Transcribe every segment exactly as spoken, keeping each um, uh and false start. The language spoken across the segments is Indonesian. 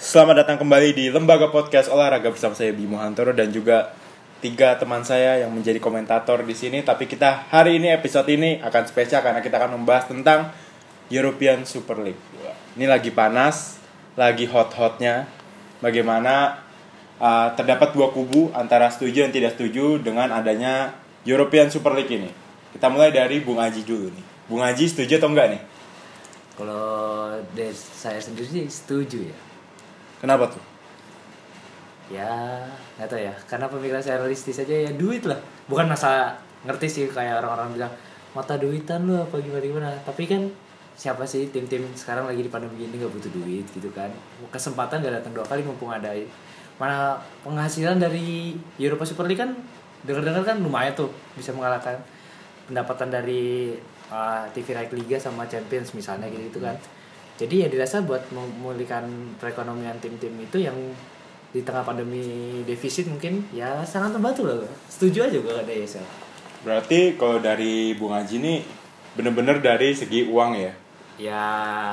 Selamat datang kembali di Lembaga Podcast Olahraga bersama saya Bimo Hantoro dan juga tiga teman saya yang menjadi komentator di sini. Tapi kita hari ini episode ini akan spesial karena kita akan membahas tentang European Super League. Ini lagi panas, lagi hot-hotnya. Bagaimana uh, terdapat dua kubu antara setuju dan tidak setuju dengan adanya European Super League ini. Kita mulai dari Bung Aji dulu nih. Bung Aji setuju atau enggak nih? Kalau dari saya sendiri sih setuju ya. Kenapa tuh? Ya nggak tahu ya, karena pemikiran saya realistis aja ya, duit lah. Bukan masalah ngerti sih kayak orang-orang bilang mata duitan lu apa gimana-gimana. Tapi kan siapa sih tim-tim sekarang lagi di pandemi gini nggak butuh duit gitu kan. Kesempatan nggak datang dua kali mumpung ada. Mana penghasilan dari Europa Super League kan dengar-dengar kan lumayan tuh, bisa mengalahkan pendapatan dari uh, T V Right Liga sama Champions misalnya gitu kan. Jadi ya dirasa buat memulihkan perekonomian tim-tim itu yang di tengah pandemi defisit mungkin ya sangat membantu lah. Setuju aja gue ada E S L. Berarti kalau dari Bung Haji ini bener-bener dari segi uang ya? Ya,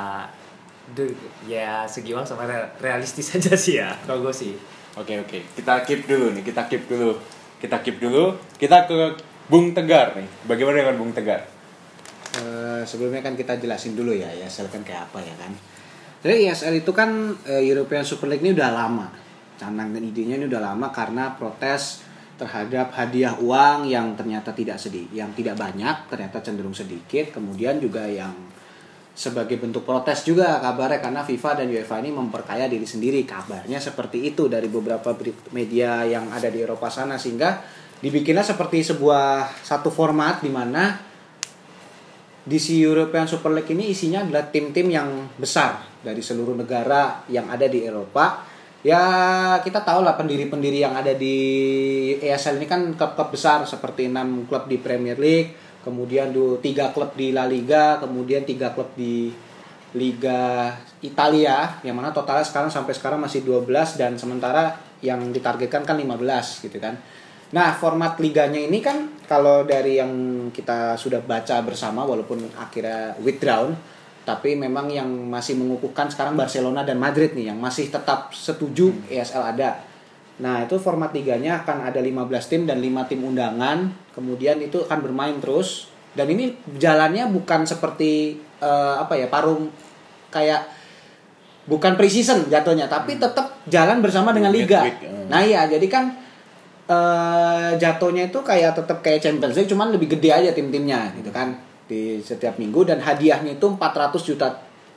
de, ya segi uang sama realistis aja sih ya kalau gue sih. Oke oke, kita keep dulu nih, kita keep dulu, kita keep dulu, kita ke Bung Tegar nih. Bagaimana dengan Bung Tegar? Uh, sebelumnya kan kita jelasin dulu ya E S L kan kayak apa ya kan. Jadi E S L itu kan uh, European Super League ini udah lama. Canang dan idenya ini udah lama karena protes terhadap hadiah uang yang ternyata tidak sedih, yang tidak banyak, ternyata cenderung sedikit. Kemudian juga yang sebagai bentuk protes juga kabarnya karena FIFA dan UEFA ini memperkaya diri sendiri. Kabarnya seperti itu dari beberapa media yang ada di Eropa sana, sehingga dibikinlah seperti sebuah satu format di mana di si European Super League ini isinya adalah tim-tim yang besar dari seluruh negara yang ada di Eropa. Ya kita tahu lah pendiri-pendiri yang ada di E S L ini kan klub-klub besar seperti enam klub di Premier League, kemudian tiga klub di La Liga, kemudian tiga klub di Liga Italia, yang mana totalnya sekarang sampai sekarang masih dua belas dan sementara yang ditargetkan kan lima belas gitu kan. Nah, format liganya ini kan kalau dari yang kita sudah baca bersama walaupun akhirnya withdrawn, tapi memang yang masih mengukuhkan sekarang Barcelona dan Madrid nih yang masih tetap setuju E S L ada. Nah, itu format liganya akan ada lima belas tim dan lima tim undangan, kemudian itu akan bermain terus. Dan ini jalannya bukan seperti uh, apa ya, parung kayak bukan pre-season jatuhnya, tapi tetap jalan bersama dengan liga. Nah, iya, jadi kan Uh, jatuhnya itu kayak tetap kayak Champions League, cuman lebih gede aja tim-timnya gitu kan di setiap minggu, dan hadiahnya itu empat ratus juta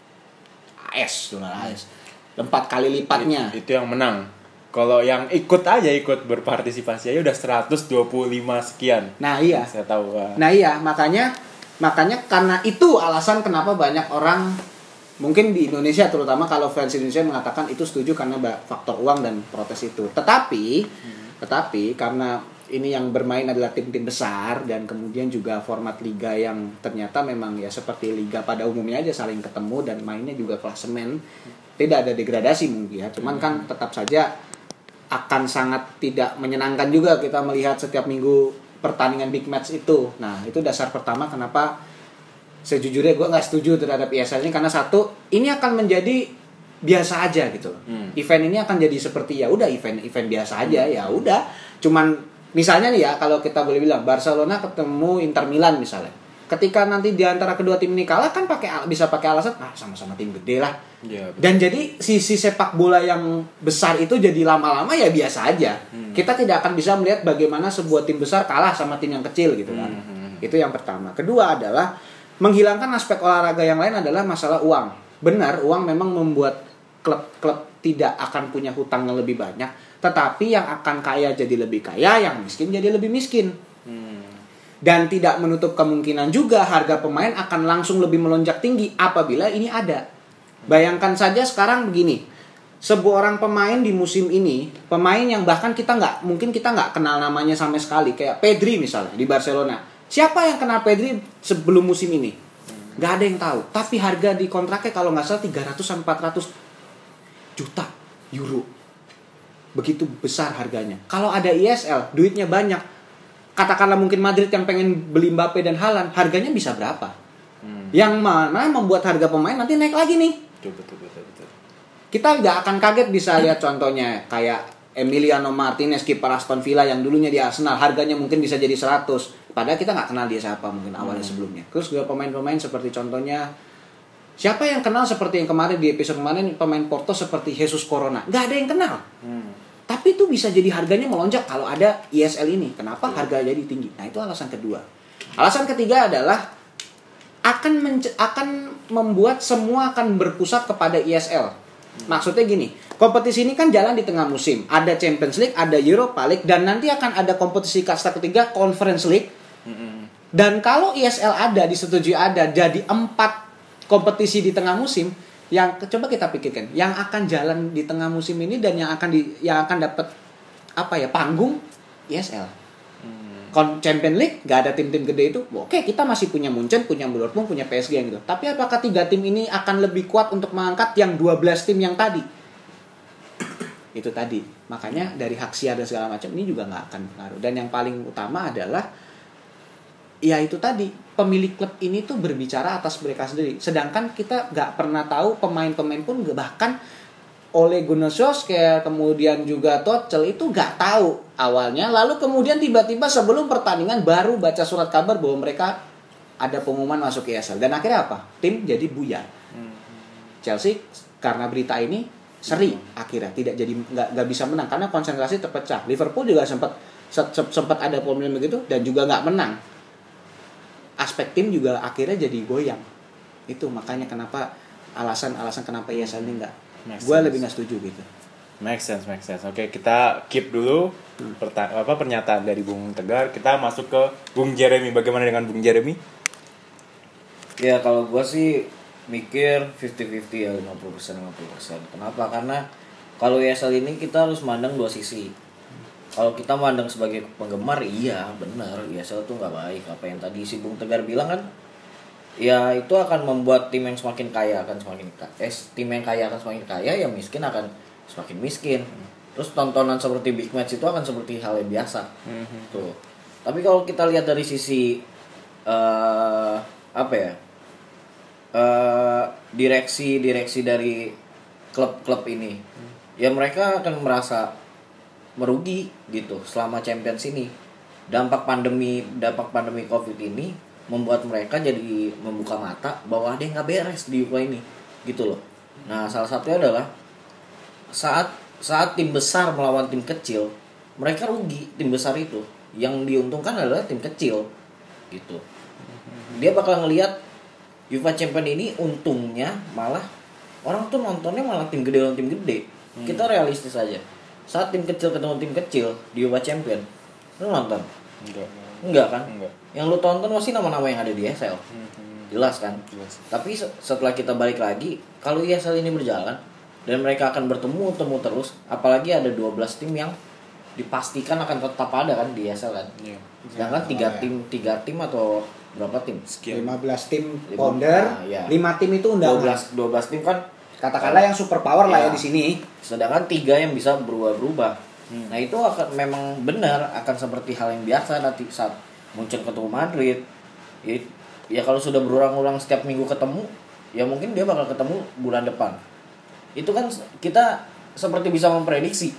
A S, dolar A S, empat kali lipatnya. It, itu yang menang. Kalau yang ikut aja ikut berpartisipasi aja udah seratus dua puluh lima sekian. Nah iya. Saya tahu. Uh. Nah iya, makanya makanya karena itu alasan kenapa banyak orang mungkin di Indonesia terutama kalau fans Indonesia mengatakan itu setuju karena faktor uang dan protes itu. Tetapi hmm. Tetapi karena ini yang bermain adalah tim-tim besar dan kemudian juga format liga yang ternyata memang ya seperti liga pada umumnya aja, saling ketemu dan mainnya juga klasemen, tidak ada degradasi mungkin ya. Cuman kan tetap saja akan sangat tidak menyenangkan juga kita melihat setiap minggu pertandingan big match itu. Nah itu dasar pertama kenapa sejujurnya gue nggak setuju terhadap E S L ini, karena satu, ini akan menjadi biasa aja gitu loh. Hmm. Event ini akan jadi seperti ya udah event-event biasa aja, ya udah. Cuman misalnya nih ya, kalau kita boleh bilang Barcelona ketemu Inter Milan misalnya. Ketika nanti di antara kedua tim ini kalah kan pakai bisa pakai alasan ah sama-sama tim gede lah. Ya, dan jadi sisi sepak bola yang besar itu jadi lama-lama ya biasa aja. Hmm. Kita tidak akan bisa melihat bagaimana sebuah tim besar kalah sama tim yang kecil gitu kan. Hmm. Itu yang pertama. Kedua adalah menghilangkan aspek olahraga yang lain adalah masalah uang. Benar, uang memang membuat klub-klub tidak akan punya hutang yang lebih banyak, tetapi yang akan kaya jadi lebih kaya, yang miskin jadi lebih miskin. Hmm. Dan tidak menutup kemungkinan juga harga pemain akan langsung lebih melonjak tinggi apabila ini ada. Bayangkan saja sekarang begini, sebuah orang pemain di musim ini, pemain yang bahkan kita nggak, mungkin kita nggak kenal namanya sama sekali, kayak Pedri misalnya di Barcelona. Siapa yang kenal Pedri sebelum musim ini? Nggak ada yang tahu. Tapi harga di kontraknya kalau nggak salah tiga ratus sampai empat ratus juta euro, begitu besar harganya. Kalau ada E S L, duitnya banyak. Katakanlah mungkin Madrid yang pengen beli Mbappe dan Haaland, harganya bisa berapa? Hmm. Yang mana membuat harga pemain nanti naik lagi nih. Betul betul betul betul. kita nggak akan kaget bisa lihat contohnya kayak Emiliano Martinez kiper Aston Villa yang dulunya di Arsenal, harganya mungkin bisa jadi seratus, padahal kita nggak kenal dia siapa mungkin awalnya Hmm. sebelumnya. Terus juga pemain-pemain seperti contohnya siapa yang kenal seperti yang kemarin di episode kemarin pemain Porto seperti Jesus Corona, nggak ada yang kenal. Hmm. Tapi itu bisa jadi harganya melonjak kalau ada I S L ini. Kenapa harga jadi tinggi? Nah, itu alasan kedua. Alasan ketiga adalah akan menc- akan membuat semua akan berpusat kepada I S L. Maksudnya gini, kompetisi ini kan jalan di tengah musim. Ada Champions League, ada Europa League, dan nanti akan ada kompetisi kasta ketiga Conference League. Hmm. Dan kalau I S L ada, disetujui ada, jadi empat kompetisi di tengah musim, yang coba kita pikirkan, yang akan jalan di tengah musim ini dan yang akan di yang akan dapat apa ya panggung I S L. Hmm. Kon Champions League gak ada tim-tim gede itu. Oke, kita masih punya Munchen, punya Dortmund, punya P S G yang gitu. Tapi apakah tiga tim ini akan lebih kuat untuk mengangkat yang dua belas tim yang tadi? Itu tadi. Makanya dari hak siar dan segala macam ini juga nggak akan pengaruh. Dan yang paling utama adalah ya itu tadi, pemilik klub ini tuh berbicara atas mereka sendiri. Sedangkan kita nggak pernah tahu pemain-pemain pun bahkan Ole Gunnar Solskjaer kemudian juga Tuchel itu nggak tahu awalnya. Lalu kemudian tiba-tiba sebelum pertandingan baru baca surat kabar bahwa mereka ada pengumuman masuk I S L. Dan akhirnya apa? Tim jadi buyar. Hmm. Chelsea karena berita ini seri akhirnya tidak jadi nggak nggak bisa menang karena konsentrasi terpecah. Liverpool juga sempat sempat ada problem begitu dan juga nggak menang. Aspek tim juga akhirnya jadi goyang. Itu makanya kenapa alasan-alasan kenapa I S L ini nggak, gue lebih nggak setuju gitu. Make sense, make sense. Oke, kita keep dulu perta- apa pernyataan dari Bung Tegar. Kita masuk ke Bung Jeremy. Bagaimana dengan Bung Jeremy? Ya kalau gue sih mikir lima puluh lima puluh ya, lima puluh persen lima puluh persen. Kenapa? Karena kalau I S L ini kita harus mandang dua sisi. Kalau kita mandang sebagai penggemar, iya benar I S L tuh nggak baik. Apa yang tadi si Bung Tegar bilang kan, ya itu akan membuat tim yang semakin kaya akan semakin kaya. Eh, tim yang kaya akan semakin kaya, yang miskin akan semakin miskin. Terus tontonan seperti big match itu akan seperti hal yang biasa. Mm-hmm. Tuh. Tapi kalau kita lihat dari sisi uh, apa ya? Uh, direksi direksi dari klub-klub ini, ya mereka akan merasa merugi gitu selama Champions ini. Dampak pandemi dampak pandemi Covid ini membuat mereka jadi membuka mata bahwa ada yang nggak beres di U E F A ini gitu loh. Nah, salah satunya adalah saat saat tim besar melawan tim kecil, mereka rugi. Tim besar itu yang diuntungkan adalah tim kecil gitu. Dia bakal ngelihat UEFA Champions ini untungnya malah orang tuh nontonnya malah tim gede lawan tim gede. Hmm. Kita realistis aja. Saat tim kecil ketemu tim kecil di UEFA Champions, lu nonton? Enggak. Enggak kan? Enggak. Yang lu tonton pasti nama-nama yang ada di I S L. Hmm. Jelas kan? Jelas. Tapi setelah kita balik lagi, kalau I S L ini berjalan dan mereka akan bertemu temu terus, apalagi ada dua belas tim yang dipastikan akan tetap ada kan di I S L kan. Iya. Sedangkan tiga tim, tiga tim atau berapa tim? Sekian. lima belas tim Lima- founder, nah, iya. lima tim itu undangan. dua belas tim kan Katakanlah yang super power lah ya Iya. di sini. sedangkan tiga yang bisa berubah-berubah. Hmm. Nah itu akan memang benar akan seperti hal yang biasa nanti saat muncul ketemu Madrid. Ya, ya kalau sudah berulang-ulang setiap minggu ketemu, ya mungkin dia bakal ketemu bulan depan. Itu kan kita seperti bisa memprediksi.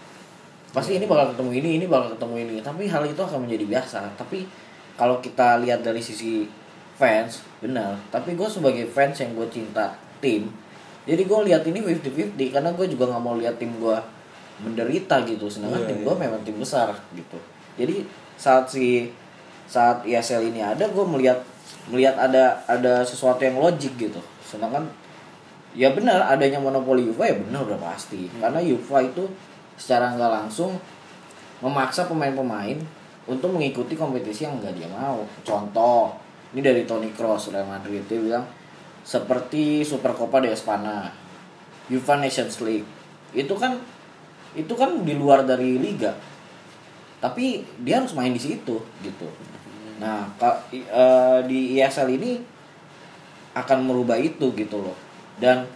Pasti ini bakal ketemu ini, ini bakal ketemu ini. Tapi hal itu akan menjadi biasa. Tapi kalau kita lihat dari sisi fans, benar. Tapi gue sebagai fans yang gue cinta tim, jadi gue lihat ini lima puluh lima puluh karena gue juga nggak mau lihat tim gue menderita gitu. Sedangkan Iya, tim iya. gue memang tim besar gitu. Jadi saat si saat I S L ini ada, gue melihat melihat ada ada sesuatu yang logik gitu. Sedangkan ya benar adanya monopoli UEFA ya benar udah pasti. Hmm. Karena UEFA itu secara nggak langsung memaksa pemain-pemain untuk mengikuti kompetisi yang nggak dia mau. Contoh, ini dari Toni Kroos Real Madrid, dia bilang seperti Supercopa de España, UEFA Nations League. Itu kan itu kan di luar dari liga. Tapi dia harus main di situ gitu. Nah, ka, e, di I S L ini akan merubah itu gitu loh. Dan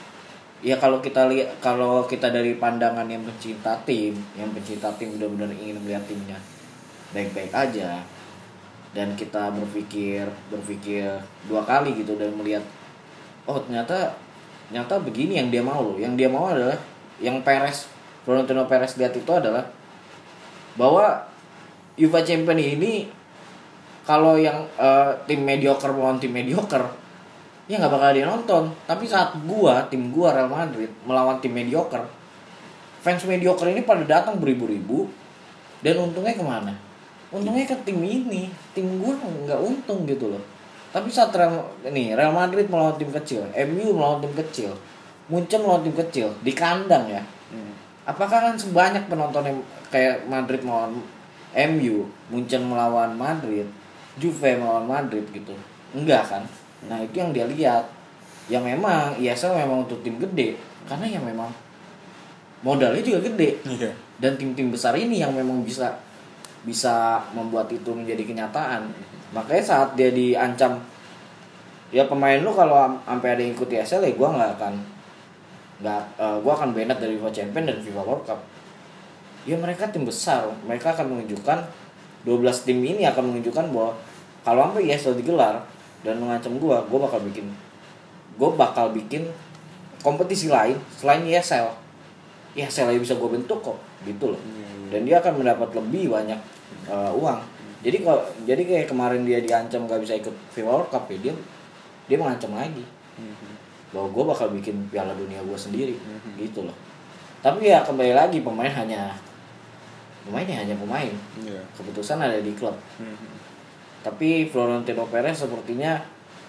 ya kalau kita lihat kalau kita dari pandangan yang pencinta tim, yang pencinta tim benar-benar ingin melihat timnya baik-baik aja, dan kita berpikir berpikir dua kali gitu dan melihat oh ternyata nyata begini yang dia mau loh. Yang dia mau adalah yang Perez, Florentino Perez lihat itu adalah bahwa UEFA Champions ini kalau yang uh, tim mediocre melawan tim mediocre ya nggak bakal dia nonton. Tapi saat gua, tim gua Real Madrid melawan tim mediocre, fans mediocre ini pada datang beribu-ribu dan untungnya kemana? Untungnya ke tim ini, tim gua nggak untung gitu loh. Tapi saat Real, nih, Real Madrid melawan tim kecil, M U melawan tim kecil, Munchen melawan tim kecil di kandang ya. Hmm. Apakah kan sebanyak penonton yang kayak Madrid melawan M U, Munchen melawan Madrid, Juve melawan Madrid gitu? Enggak kan? Nah itu yang dia lihat. Yang memang I S L memang untuk tim gede, karena yang memang modalnya juga gede. Yeah. Dan tim-tim besar ini yang memang bisa bisa membuat itu menjadi kenyataan. Makanya saat dia diancam, ya pemain lu kalau sampai ada yang ikut I S L ya gue nggak akan nggak uh, gue akan banned dari FIFA Champions dan FIFA World Cup. Ya mereka tim besar, mereka akan menunjukkan dua belas tim ini akan menunjukkan bahwa kalau sampai I S L digelar dan mengancam gue, gue bakal bikin gue bakal bikin kompetisi lain selain I S L. I S L aja bisa gue bentuk kok, gitu loh. Dan dia akan mendapat lebih banyak uh, uang. Jadi kalau jadi kayak kemarin dia diancam nggak bisa ikut FIFA World Cup ya dia dia mengancam lagi mm-hmm. bahwa gue bakal bikin Piala Dunia gue sendiri mm-hmm. gitu loh. Tapi ya kembali lagi pemain hanya pemain ya hanya pemain yeah. Keputusan ada di klub mm-hmm. Tapi Florentino Perez sepertinya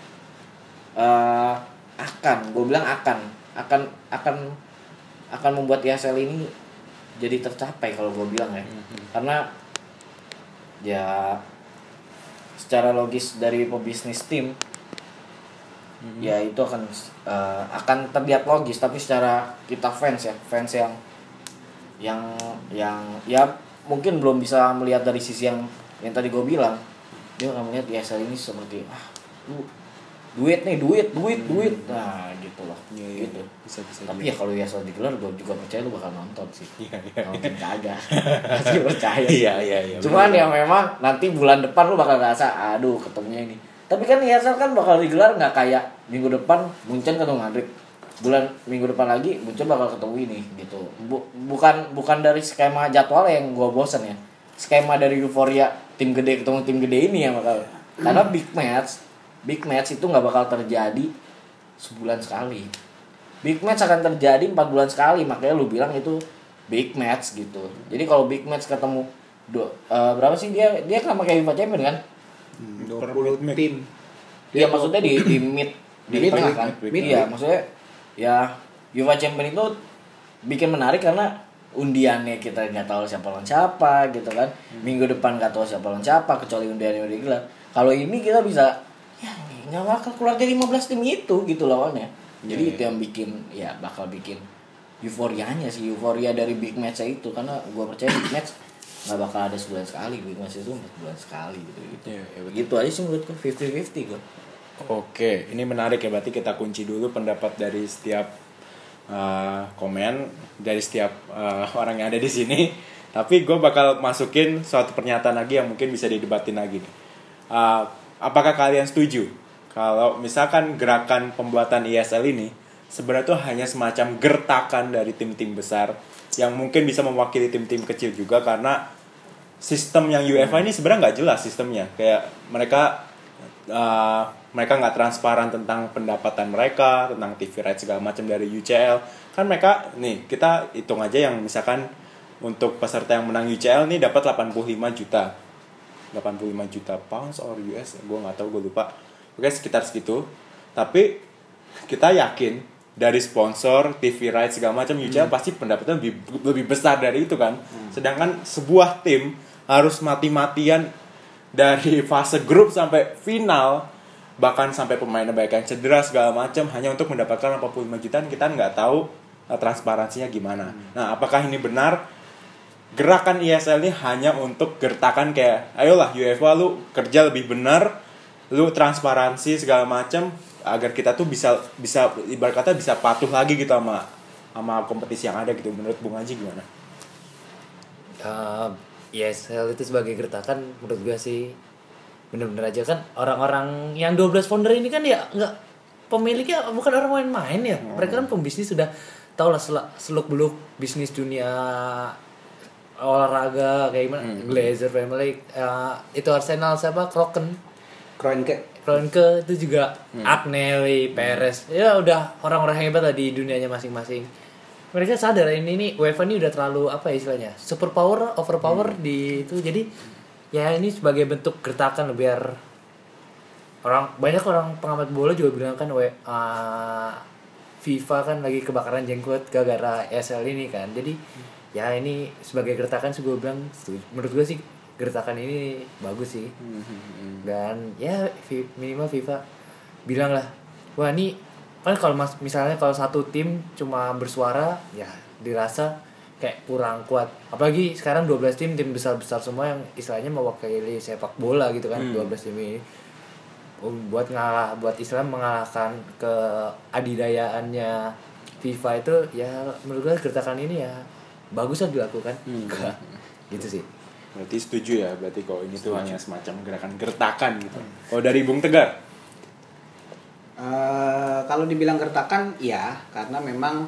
uh, akan gue bilang akan akan akan akan membuat I S L ini jadi tercapai kalau gue bilang ya mm-hmm. Karena ya secara logis dari pebisnis tim mm-hmm. ya itu akan uh, akan terlihat logis, tapi secara kita fans ya fans yang yang yang ya mungkin belum bisa melihat dari sisi yang yang tadi gue bilang, dia akan melihat I S L ini seperti ah lu duit nih duit duit hmm. duit nah gitu loh ya, ya, gitu bisa, bisa tapi juga. Ya kalau I S L digelar gue juga percaya lu bakal nonton sih ya, ya, nonton ya. Kagak pasti percaya iya iya iya cuman ya memang nanti bulan depan lu bakal ngerasa aduh ketemunya ini. Tapi kan I S L kan bakal digelar nggak kayak minggu depan Munchen ketemu Madrid, bulan minggu depan lagi Munchen bakal ketemu ini gitu. Bu, bukan bukan dari skema jadwal yang gue bosen ya, skema dari euforia tim gede ketemu tim gede ini yang bakal karena big match Big match itu gak bakal terjadi sebulan sekali. Big match akan terjadi empat bulan sekali. Makanya lu bilang itu big match gitu. Jadi kalau big match ketemu do, uh, berapa sih dia dia kan pakai FIFA Champions kan? dua puluh tim. Iya maksudnya di di mid di mid, tengah mid, kan. mid, mid, iya mid. maksudnya ya UEFA Champions itu bikin menarik karena undiannya kita nggak tahu siapa lawan siapa gitu kan. Minggu depan nggak tahu siapa lawan siapa kecuali undiannya udah digelar. Kalau ini kita bisa ya nggak bakal keluar dari lima belas tim itu gitu lawannya. Jadi yeah, itu yang bikin ya bakal bikin euforianya sih, euforia dari big match itu karena gue percaya big match nggak bakal ada sebulan sekali, big match itu empat bulan sekali gitu gitu. Yeah, yeah, gitu aja sih menurutku fifty fifty gue. Oke, ini menarik ya, berarti kita kunci dulu pendapat dari setiap uh, komen dari setiap uh, orang yang ada di sini. Tapi gue bakal masukin suatu pernyataan lagi yang mungkin bisa didebatin lagi nih. Uh, Apakah kalian setuju kalau misalkan gerakan pembuatan I S L ini sebenarnya itu hanya semacam gertakan dari tim-tim besar yang mungkin bisa mewakili tim-tim kecil juga, karena sistem yang UEFA ini sebenarnya nggak jelas sistemnya, kayak mereka uh, mereka nggak transparan tentang pendapatan mereka, tentang T V rights segala macam dari U C L. Kan mereka nih kita hitung aja yang misalkan untuk peserta yang menang U C L nih dapat delapan puluh lima juta delapan puluh lima juta pounds or U S, gue nggak tahu, gue lupa. Oke, sekitar segitu. Tapi kita yakin dari sponsor, T V rights segala macam, U C L hmm. pasti pendapatnya lebih lebih besar dari itu kan. Hmm. Sedangkan sebuah tim harus mati-matian dari fase grup sampai final, bahkan sampai pemainnya banyak yang cedera segala macam hanya untuk mendapatkan delapan puluh lima juta. Kita nggak tahu uh, transparansinya gimana. Hmm. Nah, apakah ini benar? Gerakan I S L ini hanya untuk gertakan kayak ayolah UEFA lu kerja lebih benar, lu transparansi segala macam agar kita tuh bisa bisa ibarat kata bisa patuh lagi gitu sama sama kompetisi yang ada gitu. Menurut Bung Haji gimana? Uh, I S L itu sebagai gertakan menurut gue sih bener-bener aja kan orang-orang yang dua belas founder ini kan ya nggak pemiliknya bukan orang main-main ya. Hmm. Mereka kan pembisnis sudah tahu lah seluk-beluk bisnis dunia olahraga kayak gimana. Hmm. Glazer family, uh, itu Arsenal siapa? Kroenke. Kroenke. Kroenke itu juga hmm. Agnelli, Perez. Hmm. Ya udah orang-orang hebat lah di dunianya masing-masing. Mereka sadar ini nih UEFA ini udah terlalu apa ya istilahnya? Super power, overpower hmm. di itu. Jadi ya ini sebagai bentuk gertakan biar orang banyak orang pengamat bola juga bilang kan we, uh, FIFA kan lagi kebakaran jenggot gara-gara E S L ini kan. Jadi hmm. ya ini sebagai gertakan sih gue bilang menurut gue sih gertakan ini bagus sih. Hmm. Dan ya minimal FIFA bilang lah, wah ini kan kalau mas, misalnya kalau satu tim cuma bersuara ya dirasa kayak kurang kuat. Apalagi sekarang dua belas tim tim besar-besar semua yang istilahnya mewakili sepak bola gitu kan. hmm. dua belas tim ini buat ngalah buat Islam mengalahkan keadidayaannya FIFA itu ya menurut gue gertakan ini ya bagus lah dilakukan. hmm. Gitu sih. Berarti setuju ya, berarti kalau ini tuh hanya semacam gerakan gertakan gitu. hmm. Kalau dari Bung Tegar? Uh, kalau dibilang gertakan iya, karena memang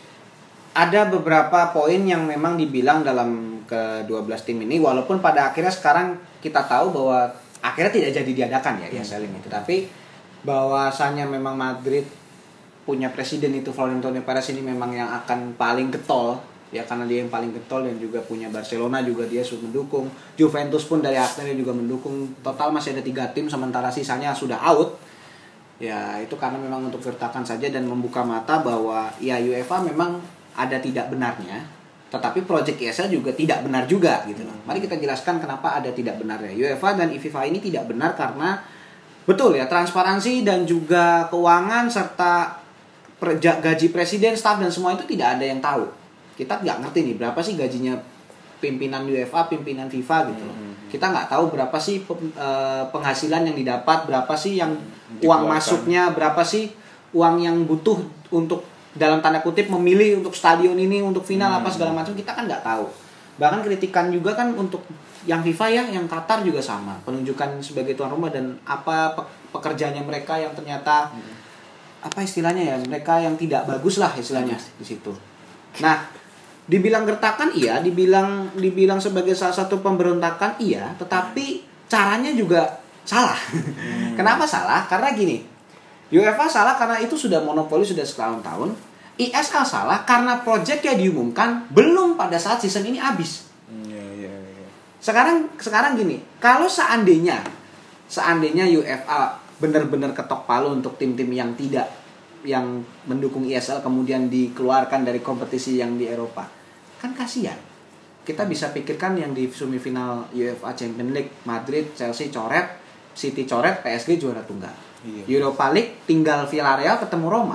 ada beberapa poin yang memang dibilang dalam ke dua belas tim ini, walaupun pada akhirnya sekarang kita tahu bahwa akhirnya tidak jadi diadakan ya E S L ini. Tetapi bahwasanya memang Madrid punya presiden itu Florentino Perez ini memang yang akan paling getol ya, karena dia yang paling getol, dan juga punya Barcelona juga dia sudah mendukung. Juventus pun dari akhirnya juga mendukung. Total masih ada tiga tim sementara sisanya sudah out. Ya itu karena memang untuk gertakan saja dan membuka mata bahwa ya UEFA memang ada tidak benarnya, tetapi project E S L juga tidak benar juga gitu loh. Mari kita jelaskan kenapa ada tidak benarnya. UEFA dan FIFA ini tidak benar karena betul ya, transparansi dan juga keuangan serta gaji presiden, staf dan semua itu tidak ada yang tahu. Kita nggak ngerti nih berapa sih gajinya pimpinan UEFA, pimpinan FIFA gitu loh. Kita nggak tahu berapa sih penghasilan yang didapat, berapa sih yang uang masuknya, berapa sih uang yang butuh untuk dalam tanda kutip memilih untuk stadion ini, untuk final hmm. apa segala macam, kita kan nggak tahu. Bahkan kritikan juga kan untuk yang FIFA ya, yang Qatar juga sama, penunjukan sebagai tuan rumah dan apa pekerjaannya mereka yang ternyata hmm. apa istilahnya ya, mereka yang tidak bagus lah istilahnya hmm. di situ. Nah, dibilang gertakan iya, dibilang dibilang sebagai salah satu pemberontakan iya, tetapi caranya juga salah. Hmm. Kenapa salah? Karena gini. UEFA salah karena itu sudah monopoli sudah setahun-tahun. E S L salah karena proyeknya diumumkan belum pada saat season ini habis. Yeah, yeah, yeah. Sekarang sekarang gini, kalau seandainya seandainya UEFA benar-benar ketok palu untuk tim-tim yang tidak yang mendukung E S L kemudian dikeluarkan dari kompetisi yang di Eropa, kan kasihan. Kita bisa pikirkan yang di semifinal UEFA Champions League, Madrid, Chelsea coret, City coret, P S G juara tunggal. Iya. Europa League tinggal Villarreal ketemu Roma.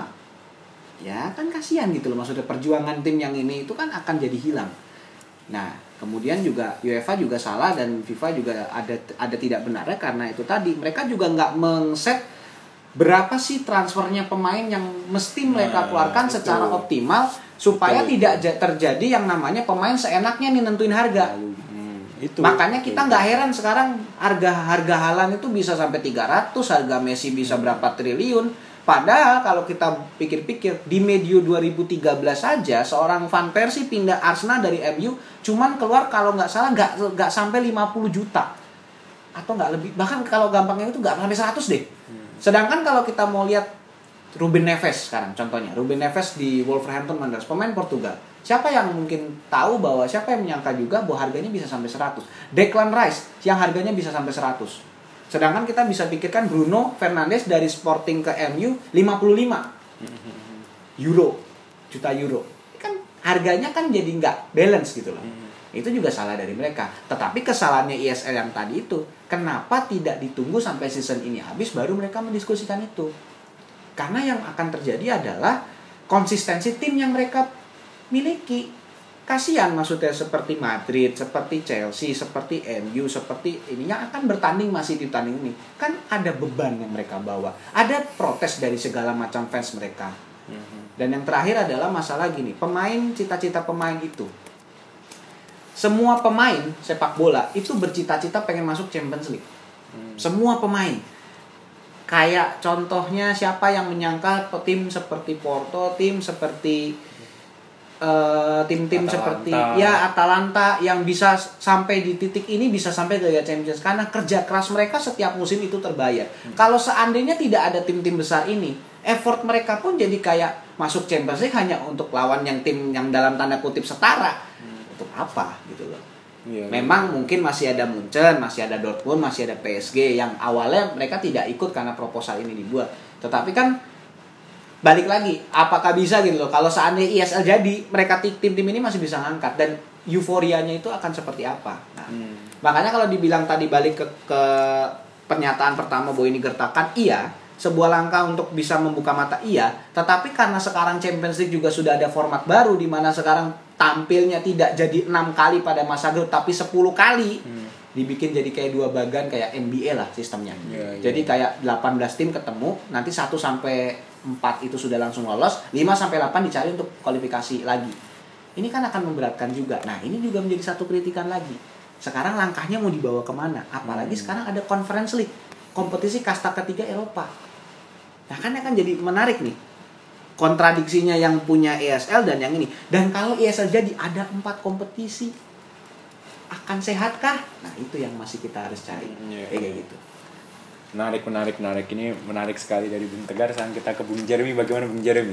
Ya kan kasihan gitu loh, maksudnya perjuangan tim yang ini itu kan akan jadi hilang. Nah, kemudian juga UEFA juga salah dan FIFA juga ada ada tidak benarnya karena itu tadi mereka juga nggak mengset berapa sih transfernya pemain yang mesti mereka keluarkan nah, secara optimal supaya betul, tidak betul. terjadi yang namanya pemain seenaknya nih nentuin harga. Itu. Makanya kita nggak heran sekarang harga harga Haaland itu bisa sampai tiga ratus, harga Messi bisa berapa triliun. Padahal kalau kita pikir-pikir di medio dua ribu tiga belas saja seorang Van Persie pindah Arsenal dari M U cuman keluar kalau nggak salah nggak nggak sampai lima puluh juta atau nggak lebih, bahkan kalau gampangnya itu nggak sampai seratus deh. Sedangkan kalau kita mau lihat Ruben Neves sekarang contohnya, Ruben Neves di Wolverhampton Wanderers, pemain Portugal. Siapa yang mungkin tahu bahwa siapa yang menyangka juga bahwa harganya bisa sampai seratus. Declan Rice yang harganya bisa sampai seratus. Sedangkan kita bisa pikirkan Bruno Fernandes dari Sporting ke M U lima puluh lima euro, juta euro. Kan harganya kan jadi nggak balance gitu loh. Itu juga salah dari mereka. Tetapi kesalahannya E S L yang tadi itu, kenapa tidak ditunggu sampai season ini habis baru mereka mendiskusikan itu? Karena yang akan terjadi adalah konsistensi tim yang mereka miliki. Kasihan maksudnya seperti Madrid, seperti Chelsea, seperti M U, seperti ini yang akan bertanding masih di tanding ini. Kan ada beban yang mereka bawa. Ada protes dari segala macam fans mereka. Dan yang terakhir adalah masalah gini, pemain, cita-cita pemain itu. Semua pemain sepak bola itu bercita-cita pengen masuk Champions League. Semua pemain. Kayak contohnya siapa yang menyangka tim seperti Porto, tim seperti uh, tim-tim Atalanta. seperti ya Atalanta yang bisa sampai di titik ini, bisa sampai ke Liga Champions karena kerja keras mereka setiap musim itu terbayar. Hmm. Kalau seandainya tidak ada tim-tim besar ini, effort mereka pun jadi kayak masuk Champions League hanya untuk lawan yang tim yang dalam tanda kutip setara. Hmm. Untuk apa gitu loh. Ya, memang ya. Mungkin masih ada Munchen, masih ada Dortmund, masih ada P S G yang awalnya mereka tidak ikut karena proposal ini dibuat. Tetapi kan balik lagi, apakah bisa gitu loh kalau seandainya I S L jadi, mereka tim-tim ini masih bisa ngangkat dan euforianya itu akan seperti apa. Nah, hmm. makanya kalau dibilang tadi balik ke, ke pernyataan pertama bahwa ini gertakan, iya, sebuah langkah untuk bisa membuka mata, iya, tetapi karena sekarang Champions League juga sudah ada format baru di mana sekarang tampilnya tidak jadi enam kali pada masa grup tapi sepuluh kali. Hmm. Dibikin jadi kayak dua bagan kayak N B A lah sistemnya. Yeah, yeah. Jadi kayak delapan belas tim ketemu, nanti satu sampai empat itu sudah langsung lolos, lima sampai delapan dicari untuk kualifikasi lagi. Ini kan akan memberatkan juga. Nah, ini juga menjadi satu kritikan lagi. Sekarang langkahnya mau dibawa kemana? Apalagi hmm. sekarang ada Conference League, kompetisi kasta ketiga Eropa. Nah, kan akan jadi menarik nih. Kontradiksinya yang punya E S L dan yang ini. Dan kalau E S L jadi ada empat kompetisi, akan sehatkah? Nah, itu yang masih kita harus cari. Yeah. Kayak gitu. Menarik, menarik, menarik. Ini menarik sekali dari Bung Tegar. Sekarang kita ke Bung Jeremy. Bagaimana Bung Jeremy?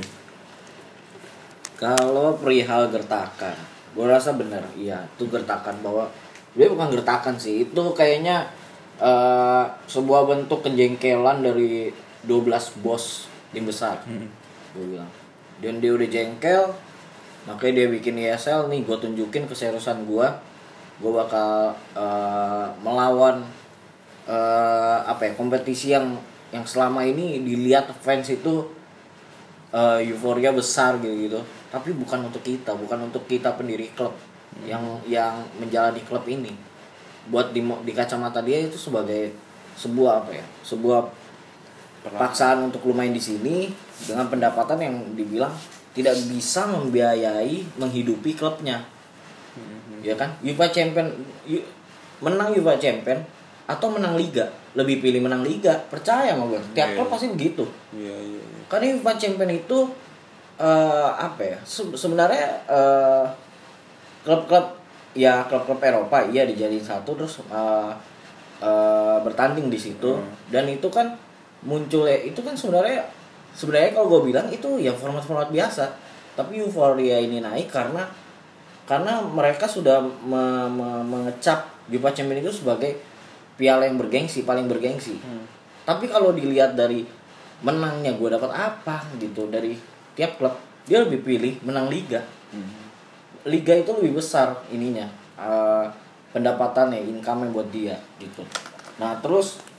Kalau perihal gertakan, gue rasa benar. Iya, itu gertakan bahwa dia bukan gertakan sih. Itu kayaknya uh, sebuah bentuk kejengkelan dari dua belas bos tim besar. Hmm. Gue bilang. Dan dia udah jengkel, makanya dia bikin E S L nih. Gue tunjukin keseriusan gue. Gue bakal uh, melawan uh, apa ya kompetisi yang yang selama ini dilihat fans itu uh, euforia besar gitu gitu. Tapi bukan untuk kita, bukan untuk kita pendiri klub hmm. yang yang menjalani klub ini. Buat di, di kacamata dia itu sebagai sebuah apa ya? Sebuah paksaan untuk lu main di sini dengan pendapatan yang dibilang tidak bisa membiayai menghidupi klubnya. Mm-hmm. Ya kan? UEFA Champion menang UEFA Champion atau menang liga, lebih pilih menang liga. Percaya sama gue. Tiap yeah. klub pasti begitu. Iya yeah, iya yeah, yeah. Karena UEFA Champion itu uh, apa ya? Se- sebenarnya uh, klub-klub ya klub-klub Eropa iya dijadiin satu terus uh, uh, bertanding di situ mm. dan itu kan muncul ya itu kan sebenarnya sebenarnya kalau gue bilang itu ya format-format biasa tapi euforia ini naik karena karena mereka sudah me, me, mengecap UEFA Champions itu sebagai piala yang bergengsi paling bergengsi hmm. tapi kalau dilihat dari menangnya gue dapat apa gitu dari tiap klub dia lebih pilih menang liga hmm. liga itu lebih besar ininya uh, pendapatannya income-nya buat dia gitu. Nah terus